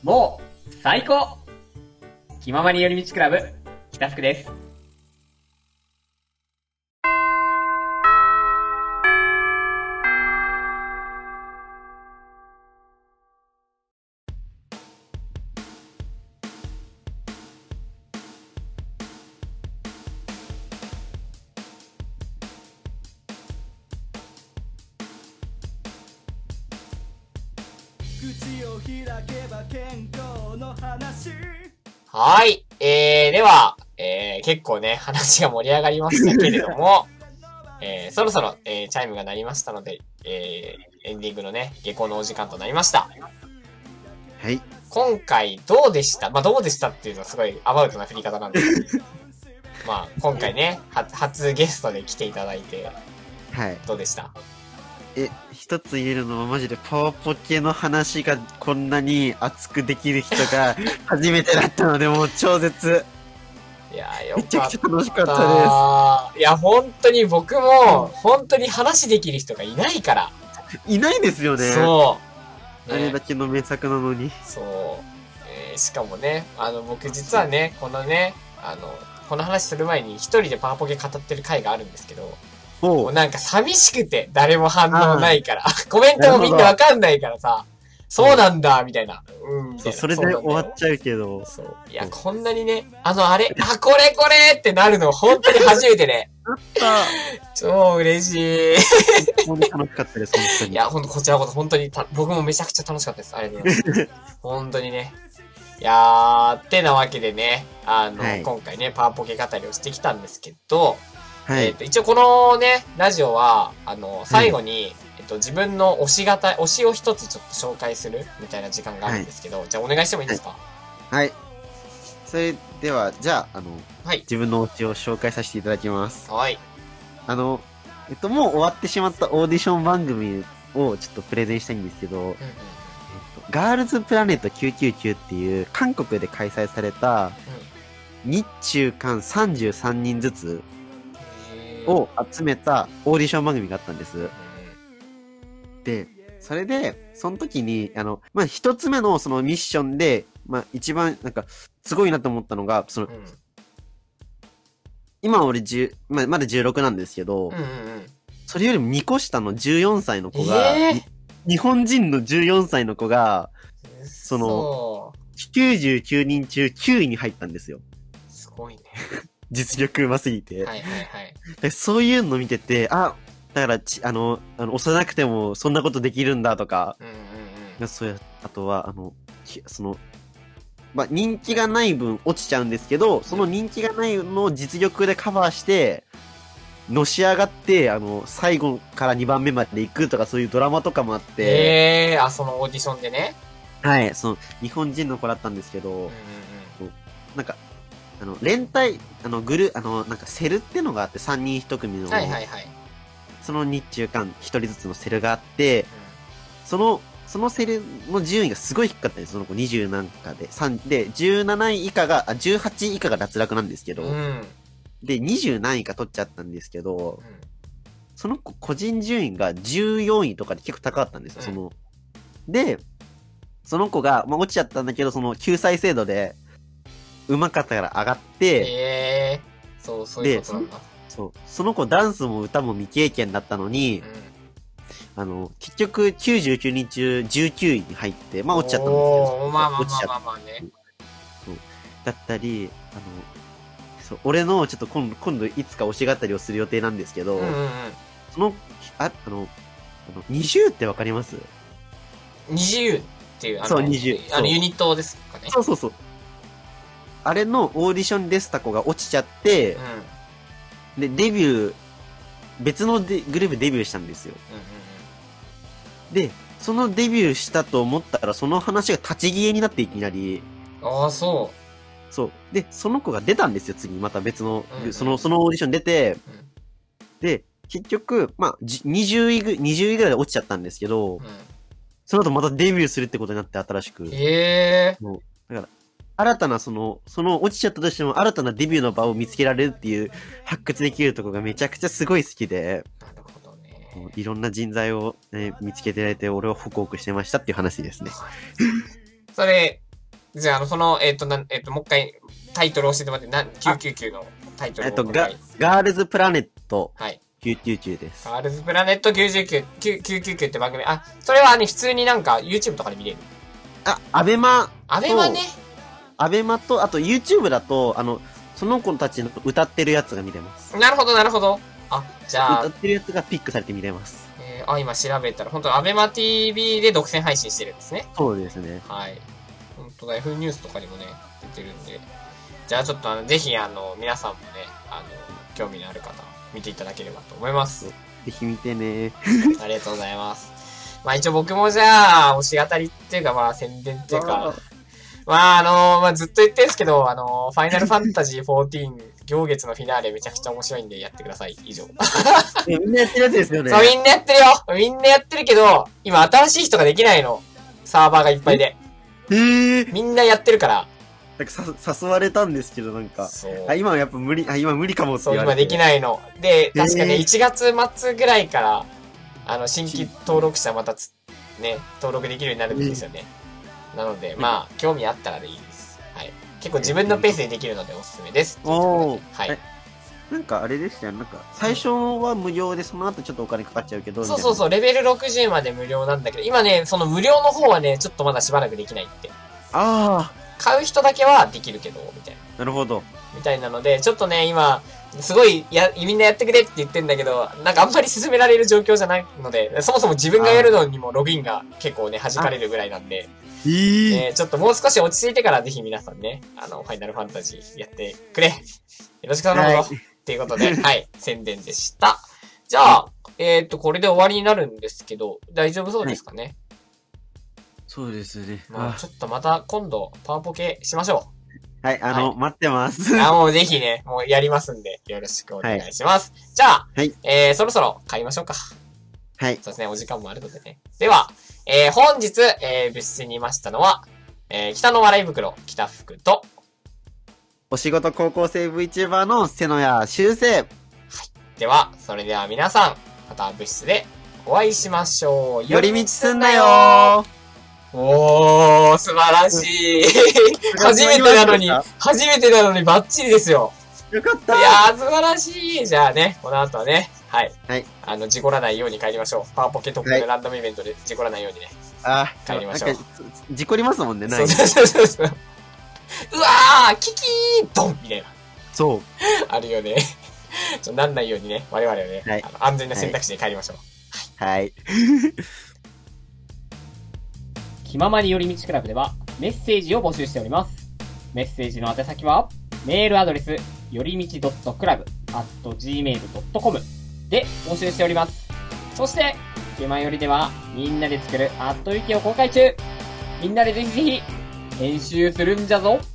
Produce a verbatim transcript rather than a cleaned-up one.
もう、最高気ままに寄り道クラブ、北福です。はい。えー、では、えー、結構ね、話が盛り上がりましたけれども、えー、そろそろ、えー、チャイムが鳴りましたので、えー、エンディングのね、下校のお時間となりました。 はい。 今回、どうでした？まあ、どうでしたっていうのはすごいアバウトな振り方なんですけど、まあ、今回ね、初、初ゲストで来ていただいて、 はい。 どうでした？ え、一つ言えるのはマジでパワポケの話がこんなに熱くできる人が初めてだったので、もう超絶。 いやー、よかった。 めちゃくちゃ楽しかったです。いや、本当に僕も、本当に話できる人がいないから。 いないですよね。 そう。 ね、あれだけの名作なのに。 そう。えー、しかもね、あの、僕実はね、このね、あの、この話する前に一人でパワポケ語ってる回があるんですけど、もうなんか寂しくて、誰も反応ないから。コメントもみんなわかんないからさ、そうなんだ、みたいな。うん、みたいな。 それで終わっちゃうけど。 そう。いや、こんなにね、あの、あれ、あ、これこれってなるの本当に初めてね。 あった。 超嬉しい。 本当に楽しかったです、本当に。 いや、ほんと、こちらこそ本当にた、僕もめちゃくちゃ楽しかったです。ありがとうございます。本当にね。いやー、ってなわけでね、あの、はい、今回ね、パワポケ語りをしてきたんですけど、はい、えっ、ー、と、一応このね、ラジオは、あの、最後に、はい、えっと、自分の推し型、推しを一つちょっと紹介するみたいな時間があるんですけど、はい、じゃあお願いしてもいいですか？ はい。はい、それでは、じゃあ、あの、 はい、 自分の推しを紹介させていただきます。 はい。 あの、えっと、もう終わってしまったオーディション番組をちょっとプレゼンしたいんですけど、うんうん、えっと、ガールズプラネットきゅうきゅうきゅうっていう韓国で開催された、日中韓さんじゅうさんにんずつを集めたオーディション番組があったんです。で、それで、その時に、あの、まあ、一つ目のそのミッションで、まあ、一番、なんか、すごいなと思ったのが、その、うん、今俺じゅう、まあ、まだじゅうろくなんですけど、うんうんうん、それよりもにこ下のじゅうよんさいの子が、えー、日本人のじゅうよんさいの子が、その、きゅうじゅうきゅうにん中きゅういに入ったんですよ。 すごいね。 実力うますぎて。 はいはいはい。 そういうの見てて、あ、だからち、あの、あの、幼くてもそんなことできるんだとか、うんうんうん、そうや、あとは、あの、その、まあ、人気がない分落ちちゃうんですけど、その人気がないのを実力でカバーして、のし上がって、あの、最後からにばんめまで行くとかそういうドラマとかもあって。 えー、あ、そのオーディションでね。 はい、その、日本人の子だったんですけど、うんうんうん、なんか、あの、連帯、あの、グル、あの、なんかセルってのがあって、さんにんひと組の。 はいはいはい。 その日中間ひとりずつのセルがあって、うん、その、そのセルの順位がすごい低かったんです。その子にじゅうなんかで。さんで、じゅうなない以下が、あ、じゅうはちい以下が脱落なんですけど、うん、で、にじゅう何位か取っちゃったんですけど、うん、その子個人順位がじゅうよんいとかで結構高かったんですよ、うん、その。で、その子が、まあ、落ちちゃったんだけど、その救済制度で、上手かったから上がって、 えー、そう、そういうことなんだ。 そう。その子ダンスも歌も未経験だったのに、うん、あの、結局きゅうじゅうきゅうにん中じゅうきゅういに入って、まあ落ちちゃったんですけど。 まあまあまあまあまあね。 そう。だったり、あの、そう、俺のちょっと今度、今度いつか推し語りをする予定なんですけど、うんうんうん、その、あ、あの、あの、にじゅうってわかります？ にじゅうっていう、あの、 そう、にじゅう。 あの、ユニットですかね。 そうそうそう。あれのオーディションでスタ子が落ちちゃって、うん、で、デビュー、別のでグループデビューしたんですよ、うんうんうん。で、そのデビューしたと思ったら、その話が立ち消えになっていきなり。 ああ、そう。 そう。で、その子が出たんですよ、次。また別の、うんうん、その、そのオーディション出て、うん、で、結局、まあ、にじゅういぐ、にじゅういぐらいで落ちちゃったんですけど、うん、その後またデビューするってことになって新しく。 へえ。 もう、だから、新たなその、その落ちちゃったとしても新たなデビューの場を見つけられるっていう発掘できるところがめちゃくちゃすごい好きで。 なるほどね。 いろんな人材を、ね、見つけてられて俺をホクホクしてましたっていう話ですね。 それ、 じゃあ、あの、その、えっ、ー、と、なん、えっ、ー、と、もう一回、タイトル教えてもらって、な、きゅうきゅうきゅうのタイトルを。 えっと、ガ、ガールズプラネット。 はい。 きゅうきゅうきゅうです。 ガールズプラネットきゅうじゅうきゅう、きゅうきゅうきゅうって番組、あ、それはね、普通になんか YouTube とかで見れる。 あ、アベマ。 アベマね。 アベマと、あと YouTube だと、あの、その子たちの歌ってるやつが見れます。 なるほど、なるほど。あ、じゃあ。 歌ってるやつがピックされて見れます。 えー、あ、今調べたら、本当アベマ ティーブイ で独占配信してるんですね。 そうですね。 はい。本当だ、F ニュースとかにもね、出てるんで。じゃあちょっとあの、ぜひあの、皆さんもね、あの、興味のある方、見ていただければと思います。 ぜひ見てね。 ありがとうございます。まあ一応僕もじゃあ、推し語りっていうかまあ宣伝っていうか、まああの、まあずっと言ってるんですけど、あの、ファイナルファンタジーじゅうよん、行月のフィナーレめちゃくちゃ面白いんでやってください。以上。 みんなやってるやつですよね。 そう、みんなやってるよみんなやってるけど、今新しい人ができないの。サーバーがいっぱいで。 へー。 みんなやってるから。 なんかさ誘われたんですけど、なんか。そう。あ、今はやっぱ無理、あ、今無理かもって言われて。 そう、今できないの。で、確かね、いちがつ末ぐらいから、あの、新規登録者またつ、ね、登録できるようになるんですよね。なので、まあ、興味あったらでいいです。はい。結構自分のペースでできるのでおすすめです。 おー。 はい。 なんかあれでしたよ。なんか、最初は無料で、その後ちょっとお金かかっちゃうけど。 そうそうそう、レベルろくじゅうまで無料なんだけど、今ね、その無料の方はね、ちょっとまだしばらくできないって。 ああ。 買う人だけはできるけど、みたいな。 なるほど。 みたいなので、ちょっとね、今、すごい、や、みんなやってくれって言ってんだけど、なんかあんまり進められる状況じゃないので、そもそも自分がやるのにもログインが結構ね、弾かれるぐらいなんで、 えーね、ちょっともう少し落ち着いてからぜひ皆さんね、あの、ファイナルファンタジーやってくれ。よろしく頼むぞ。はい、っていうことで、はい、宣伝でした。じゃあ、えっと、これで終わりになるんですけど、大丈夫そうですかね。はい、 そうですね。 まあ、ちょっとまた今度、パワポケしましょう。はい、あの、はい、待ってます。 あ、もうぜひね、もうやりますんで、よろしくお願いします。はい、じゃあ、はい、えー、そろそろ買いましょうか。 はい。 そうですね、お時間もあるのでね。では、えー、本日、えー、部室にいましたのは、えー、北の笑い袋、北福と、 お仕事高校生 VTuber の瀬野谷修正。はい。 では、それでは皆さん、また部室でお会いしましょう。 寄り道すんなよー。 おー、素晴らしい。初めてなのに、初めてなのにバッチリですよ。 よかった。 いやー、素晴らしい。じゃあね、この後はね、はい。はい。あの、事故らないように帰りましょう。パワーポケトップのランダムイベントで事故らないようにね。 ああ、 帰りましょう。 事故りますもんね、 ない。そうそうそうそう。うわー、キキードンみたいな。 そう。 あるよね。ちょ、なんないようにね、我々はね、はい、あの安全な選択肢で帰りましょう。 はい。はい、 気ままに寄り道クラブではメッセージを募集しております。メッセージの宛先は、メールアドレス、よりみち .club アット ジーメール ドットコム で募集しております。そして、気まよりではみんなで作るアットウィキを公開中。みんなでぜひぜひ編集するんじゃぞ。